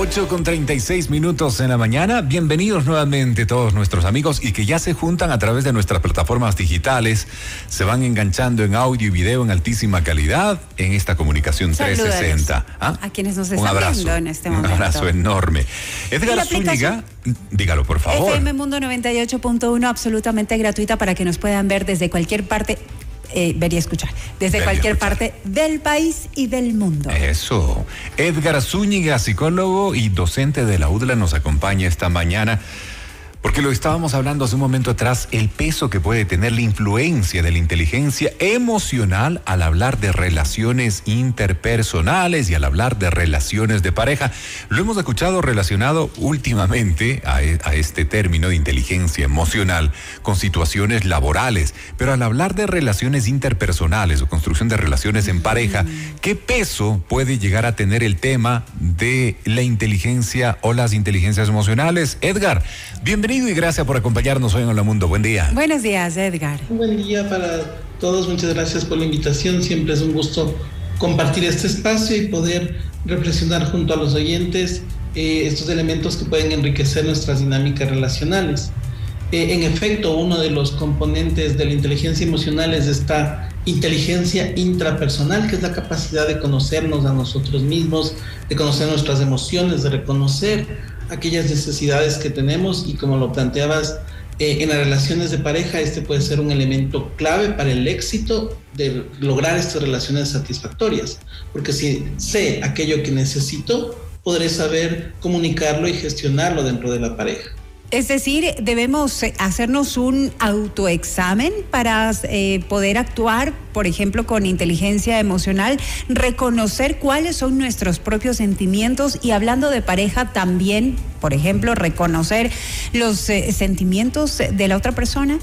8:36 en la mañana. Bienvenidos nuevamente todos nuestros amigos y que ya se juntan a través de nuestras plataformas digitales. Se van enganchando en audio y video en altísima calidad en esta comunicación 360. A quienes nos están viendo en este momento. Un abrazo enorme. Edgar Zúñiga, dígalo por favor. FM Mundo 98.1, absolutamente gratuita para que nos puedan ver desde cualquier parte. Ver y escuchar desde cualquier parte del país y del mundo. Eso. Edgar Zúñiga, psicólogo y docente de la UDLA, nos acompaña esta mañana porque lo estábamos hablando hace un momento atrás, el peso que puede tener la influencia de la inteligencia emocional al hablar de relaciones interpersonales y al hablar de relaciones de pareja. Lo hemos escuchado relacionado últimamente a este término de inteligencia emocional con situaciones laborales, pero al hablar de relaciones interpersonales o construcción de relaciones en pareja, ¿qué peso puede llegar a tener el tema de la inteligencia o las inteligencias emocionales? Edgar, bienvenido y gracias por acompañarnos hoy en Hola Mundo. Buen día. Buenos días, Edgar. Un buen día para todos. Muchas gracias por la invitación. Siempre es un gusto compartir este espacio y poder reflexionar junto a los oyentes estos elementos que pueden enriquecer nuestras dinámicas relacionales. En efecto, uno de los componentes de la inteligencia emocional es esta inteligencia intrapersonal, que es la capacidad de conocernos a nosotros mismos, de conocer nuestras emociones, de reconocer aquellas necesidades que tenemos y, como lo planteabas, en las relaciones de pareja este puede ser un elemento clave para el éxito de lograr estas relaciones satisfactorias, porque si sé aquello que necesito, podré saber comunicarlo y gestionarlo dentro de la pareja. Es decir, debemos hacernos un autoexamen para poder actuar, por ejemplo, con inteligencia emocional, reconocer cuáles son nuestros propios sentimientos y, hablando de pareja, también, por ejemplo, reconocer los sentimientos de la otra persona.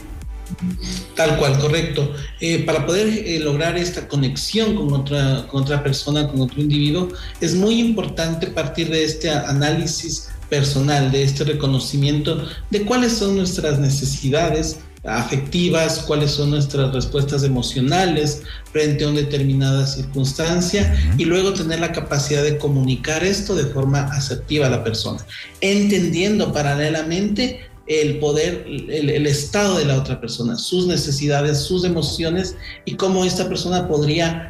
Tal cual, correcto. Para poder lograr esta conexión con otra persona, con otro individuo, es muy importante partir de este análisis personal, de este reconocimiento de cuáles son nuestras necesidades afectivas, cuáles son nuestras respuestas emocionales frente a una determinada circunstancia, y luego tener la capacidad de comunicar esto de forma asertiva a la persona, entendiendo paralelamente el poder, el estado de la otra persona, sus necesidades, sus emociones y cómo esta persona podría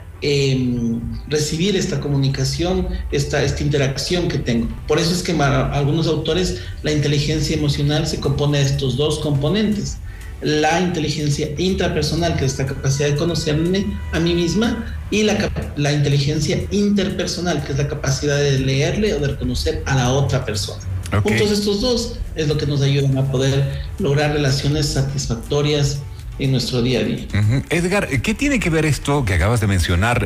recibir esta comunicación, esta interacción que tengo. Por eso es que para algunos autores la inteligencia emocional se compone de estos dos componentes: la inteligencia intrapersonal, que es esta capacidad de conocerme a mí misma, y la inteligencia interpersonal, que es la capacidad de leerle o de reconocer a la otra persona. Okay. Juntos estos dos es lo que nos ayudan a poder lograr relaciones satisfactorias en nuestro día a día. Edgar, ¿qué tiene que ver esto que acabas de mencionar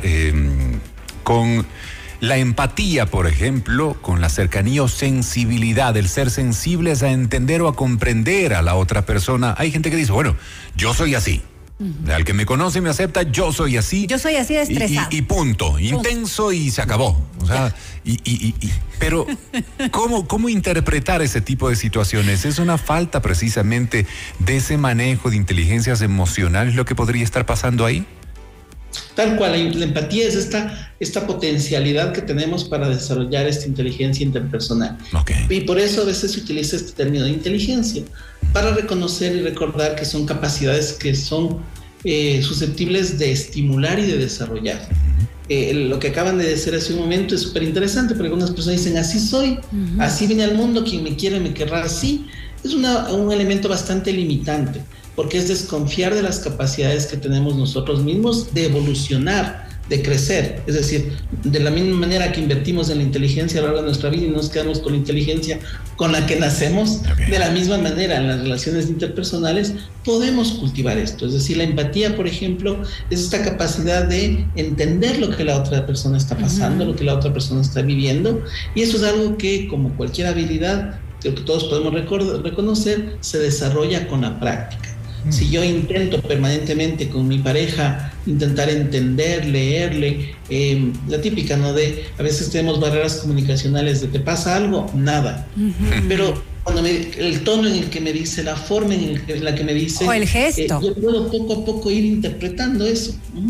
con la empatía, por ejemplo, con la cercanía o sensibilidad, el ser sensibles a entender o a comprender a la otra persona? Hay gente que dice, bueno, yo soy así. Al que me conoce y me acepta, yo soy así. Yo soy así de estresado. Y punto. Intenso y se acabó. O sea, pero ¿cómo interpretar ese tipo de situaciones? ¿Es una falta precisamente de ese manejo de inteligencias emocionales lo que podría estar pasando ahí? Tal cual, la empatía es esta potencialidad que tenemos para desarrollar esta inteligencia interpersonal. Okay. Y por eso a veces se utiliza este término de inteligencia, para reconocer y recordar que son capacidades que son susceptibles de estimular y de desarrollar. Lo que acaban de decir hace un momento es súper interesante, porque algunas personas dicen, así soy, así vine al mundo, quien me quiere me querrá así. Es un elemento bastante limitante, porque es desconfiar de las capacidades que tenemos nosotros mismos de evolucionar, de crecer. Es decir, de la misma manera que invertimos en la inteligencia a lo largo de nuestra vida y nos quedamos con la inteligencia con la que nacemos, de la misma manera en las relaciones interpersonales podemos cultivar esto. Es decir, la empatía, por ejemplo, es esta capacidad de entender lo que la otra persona está pasando, lo que la otra persona está viviendo, y eso es algo que, como cualquier habilidad que todos podemos reconocer, se desarrolla con la práctica. Si yo intento permanentemente con mi pareja intentar entender, leerle, la típica, ¿no? De a veces tenemos barreras comunicacionales de ¿te pasa algo? Nada. Pero cuando el tono en el que me dice, la forma en la que me dice, o el gesto, yo puedo poco a poco ir interpretando eso.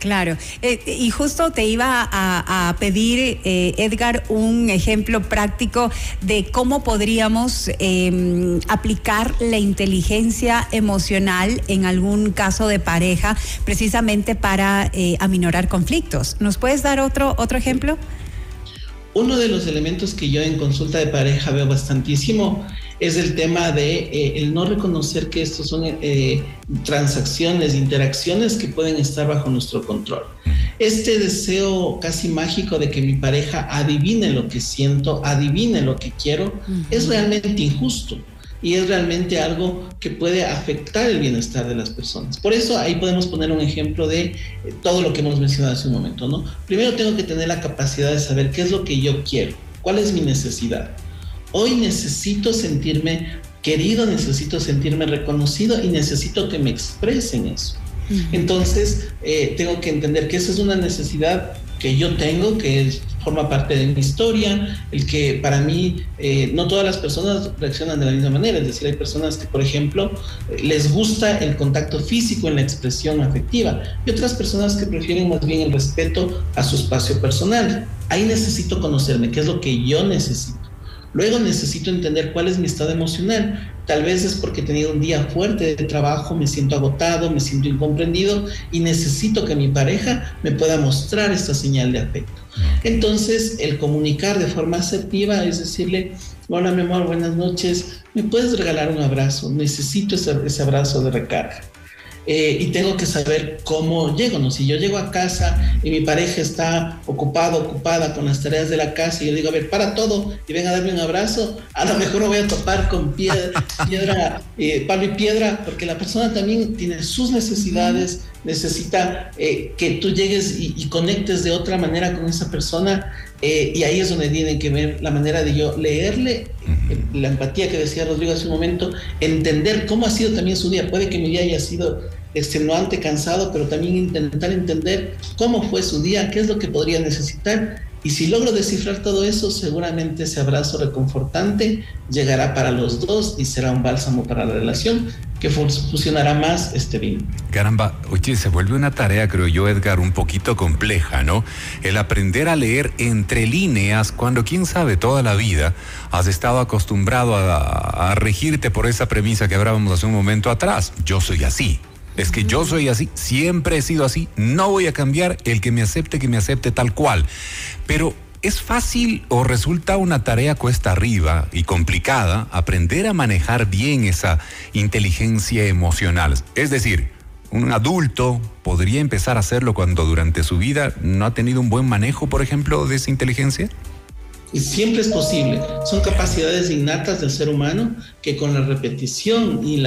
Claro, y justo te iba a pedir, Edgar, un ejemplo práctico de cómo podríamos aplicar la inteligencia emocional en algún caso de pareja, precisamente para aminorar conflictos. ¿Nos puedes dar otro ejemplo? Uno de los elementos que yo en consulta de pareja veo bastantísimo es el tema de el no reconocer que estos son transacciones, interacciones que pueden estar bajo nuestro control. Este deseo casi mágico de que mi pareja adivine lo que siento, adivine lo que quiero, es realmente injusto. Y es realmente algo que puede afectar el bienestar de las personas. Por eso ahí podemos poner un ejemplo de todo lo que hemos mencionado hace un momento, ¿no? Primero tengo que tener la capacidad de saber qué es lo que yo quiero, cuál es mi necesidad. Hoy necesito sentirme querido, necesito sentirme reconocido y necesito que me expresen eso. Entonces tengo que entender que esa es una necesidad que yo tengo, que forma parte de mi historia, el que para mí no todas las personas reaccionan de la misma manera, es decir, hay personas que, por ejemplo, les gusta el contacto físico en la expresión afectiva y otras personas que prefieren más bien el respeto a su espacio personal. Ahí necesito conocerme, qué es lo que yo necesito. Luego necesito entender cuál es mi estado emocional. Tal vez es porque he tenido un día fuerte de trabajo, me siento agotado, me siento incomprendido y necesito que mi pareja me pueda mostrar esta señal de afecto. Entonces, el comunicar de forma asertiva es decirle: hola, mi amor, buenas noches, ¿me puedes regalar un abrazo? Necesito ese abrazo de recarga. Y tengo que saber cómo llego, ¿no? Si yo llego a casa y mi pareja está ocupada con las tareas de la casa y yo digo: a ver, para todo y ven a darme un abrazo, a lo mejor me voy a topar con palo y piedra, porque la persona también tiene sus necesidades, necesita que tú llegues y conectes de otra manera con esa persona, y ahí es donde tienen que ver la manera de yo leerle, la empatía que decía Rodrigo hace un momento, entender cómo ha sido también su día. Puede que mi día haya sido extenuante, cansado, pero también intentar entender cómo fue su día, qué es lo que podría necesitar. Y si logro descifrar todo eso, seguramente ese abrazo reconfortante llegará para los dos y será un bálsamo para la relación que fusionará más este vínculo. Caramba, oye, se vuelve una tarea, creo yo, Edgar, un poquito compleja, ¿no? El aprender a leer entre líneas cuando, quién sabe, toda la vida has estado acostumbrado a regirte por esa premisa que hablábamos hace un momento atrás. Yo soy así. Es que yo soy así, siempre he sido así, no voy a cambiar, el que me acepte tal cual. Pero ¿es fácil o resulta una tarea cuesta arriba y complicada aprender a manejar bien esa inteligencia emocional? Es decir, un adulto podría empezar a hacerlo cuando durante su vida no ha tenido un buen manejo, por ejemplo, de esa inteligencia. Y siempre es posible. Son capacidades innatas del ser humano que con la repetición y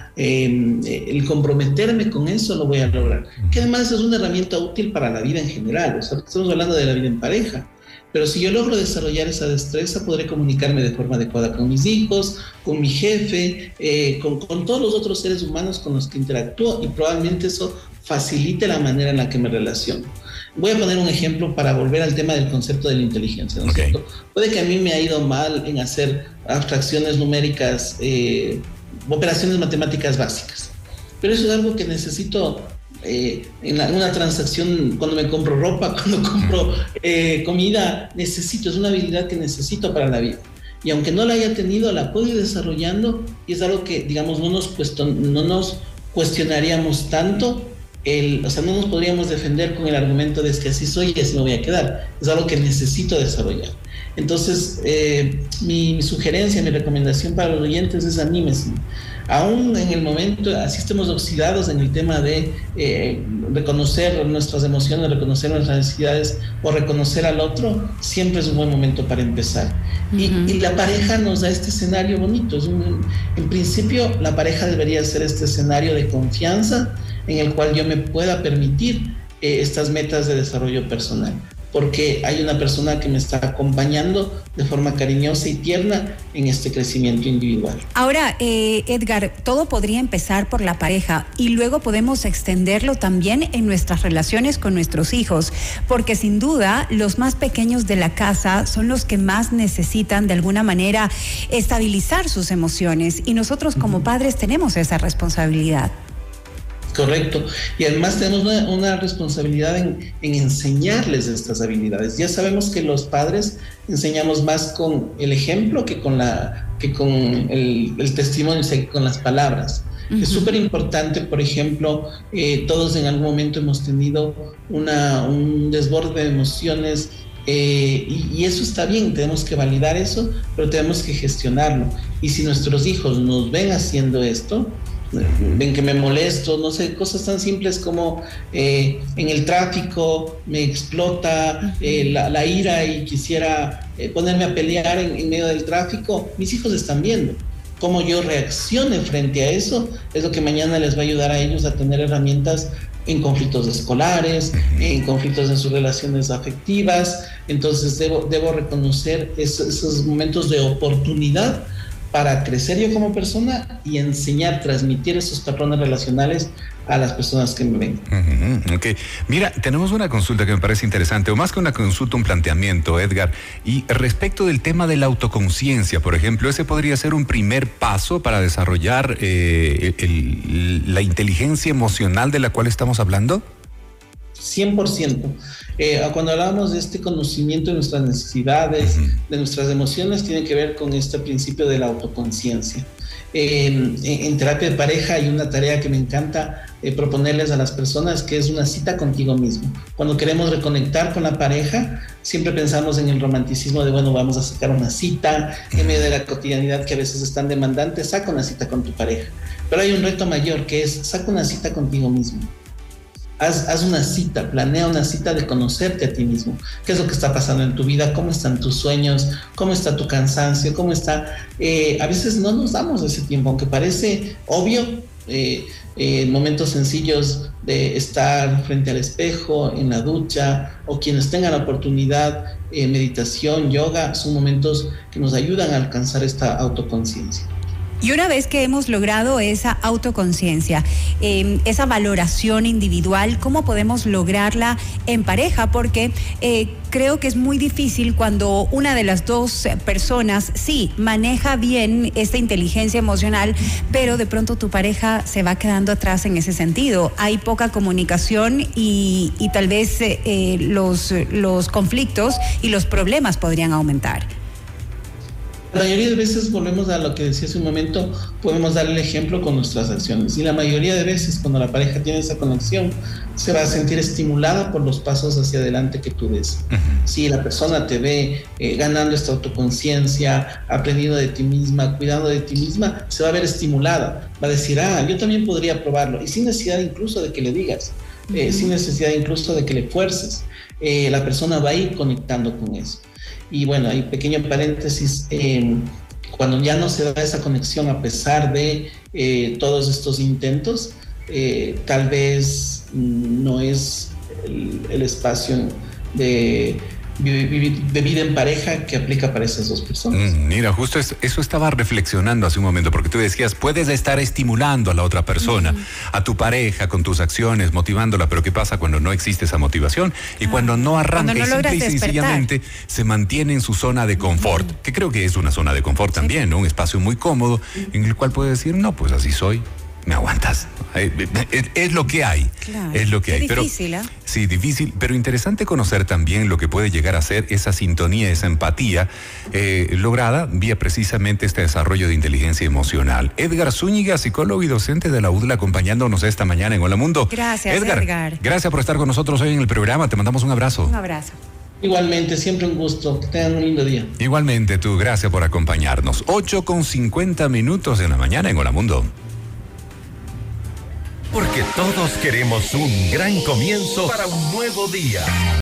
el comprometerme con eso lo voy a lograr. Que además es una herramienta útil para la vida en general. O sea, estamos hablando de la vida en pareja. Pero si yo logro desarrollar esa destreza, podré comunicarme de forma adecuada con mis hijos, con mi jefe, con todos los otros seres humanos con los que interactúo, y probablemente eso facilite la manera en la que me relaciono. Voy a poner un ejemplo para volver al tema del concepto de la inteligencia, ¿no es cierto? Puede que a mí me ha ido mal en hacer abstracciones numéricas, operaciones matemáticas básicas, pero eso es algo que necesito en una transacción, cuando me compro ropa, cuando compro comida, necesito, es una habilidad que necesito para la vida. Y aunque no la haya tenido, la puedo ir desarrollando, y es algo que, digamos, no nos cuestionaríamos tanto. O sea, no nos podríamos defender con el argumento de que así soy y así me voy a quedar. Es algo que necesito desarrollar. Entonces, mi sugerencia, mi recomendación para los oyentes es: anímense. Aún en el momento, así estemos oxidados en el tema de reconocer nuestras emociones, reconocer nuestras necesidades o reconocer al otro, siempre es un buen momento para empezar. Y la pareja nos da este escenario bonito. En principio, la pareja debería ser este escenario de confianza en el cual yo me pueda permitir estas metas de desarrollo personal, porque hay una persona que me está acompañando de forma cariñosa y tierna en este crecimiento individual. Ahora, Edgar, todo podría empezar por la pareja y luego podemos extenderlo también en nuestras relaciones con nuestros hijos, porque sin duda los más pequeños de la casa son los que más necesitan de alguna manera estabilizar sus emociones, y nosotros como padres tenemos esa responsabilidad. Correcto. Y además tenemos una responsabilidad en enseñarles estas habilidades. Ya sabemos que los padres enseñamos más con el ejemplo que con el testimonio, con las palabras. Uh-huh. Es súper importante, por ejemplo, todos en algún momento hemos tenido un desborde de emociones, y eso está bien, tenemos que validar eso, pero tenemos que gestionarlo. Y si nuestros hijos nos ven haciendo esto, ven que me molesto, no sé, cosas tan simples como en el tráfico me explota la ira y quisiera ponerme a pelear en medio del tráfico, mis hijos están viendo. Cómo yo reaccione frente a eso es lo que mañana les va a ayudar a ellos a tener herramientas en conflictos escolares, en conflictos en sus relaciones afectivas. Entonces debo reconocer esos momentos de oportunidad para crecer yo como persona y enseñar, transmitir esos patrones relacionales a las personas que me ven. Uh-huh, ok. Mira, tenemos una consulta que me parece interesante, o más que una consulta, un planteamiento, Edgar, y respecto del tema de la autoconciencia, por ejemplo, ¿ese podría ser un primer paso para desarrollar la inteligencia emocional de la cual estamos hablando? 100%. Cuando hablamos de este conocimiento de nuestras necesidades, de nuestras emociones, tiene que ver con este principio de la autoconciencia. En terapia de pareja hay una tarea que me encanta proponerles a las personas, que es una cita contigo mismo. Cuando queremos reconectar con la pareja, siempre pensamos en el romanticismo de, bueno, vamos a sacar una cita en medio de la cotidianidad que a veces es tan demandante, saca una cita con tu pareja. Pero hay un reto mayor, que es saca una cita contigo mismo. Haz una cita, planea una cita de conocerte a ti mismo. ¿Qué es lo que está pasando en tu vida? ¿Cómo están tus sueños? ¿Cómo está tu cansancio? ¿Cómo está? A veces no nos damos ese tiempo, aunque parece obvio, momentos sencillos de estar frente al espejo, en la ducha, o quienes tengan la oportunidad, meditación, yoga, son momentos que nos ayudan a alcanzar esta autoconciencia. Y una vez que hemos logrado esa autoconciencia, esa valoración individual, ¿cómo podemos lograrla en pareja? Porque creo que es muy difícil cuando una de las dos personas sí maneja bien esta inteligencia emocional, pero de pronto tu pareja se va quedando atrás en ese sentido. Hay poca comunicación y tal vez los conflictos y los problemas podrían aumentar. La mayoría de veces, volvemos a lo que decía hace un momento, podemos dar el ejemplo con nuestras acciones. Y la mayoría de veces, cuando la pareja tiene esa conexión, se va a sentir estimulada por los pasos hacia adelante que tú des. Si la persona te ve ganando esta autoconciencia, aprendiendo de ti misma, cuidando de ti misma, se va a ver estimulada. Va a decir, yo también podría probarlo. Y sin necesidad incluso de que le digas, sin necesidad incluso de que le fuerces. La persona va a ir conectando con eso. Y bueno, hay pequeño paréntesis, cuando ya no se da esa conexión a pesar de todos estos intentos, tal vez no es el espacio de vida en pareja que aplica para esas dos personas. Mira, justo eso estaba reflexionando hace un momento, porque tú decías, puedes estar estimulando a la otra persona, a tu pareja con tus acciones, motivándola, pero ¿qué pasa cuando no existe esa motivación? Y cuando no arranca, y simple y sencillamente se mantiene en su zona de confort, que creo que es una zona de confort también, ¿no? Un espacio muy cómodo en el cual puede decir, no, pues así soy. Me aguantas. Es lo que hay. Claro, es lo que hay. Difícil, pero, sí, difícil, pero interesante conocer también lo que puede llegar a ser esa sintonía, esa empatía lograda vía precisamente este desarrollo de inteligencia emocional. Edgar Zúñiga, psicólogo y docente de la UDLA, acompañándonos esta mañana en Hola Mundo. Gracias, Edgar. Gracias por estar con nosotros hoy en el programa. Te mandamos un abrazo. Un abrazo. Igualmente, siempre un gusto. Que tengan un lindo día. Igualmente tú, gracias por acompañarnos. 8:50 de la mañana en Hola Mundo. Porque todos queremos un gran comienzo para un nuevo día.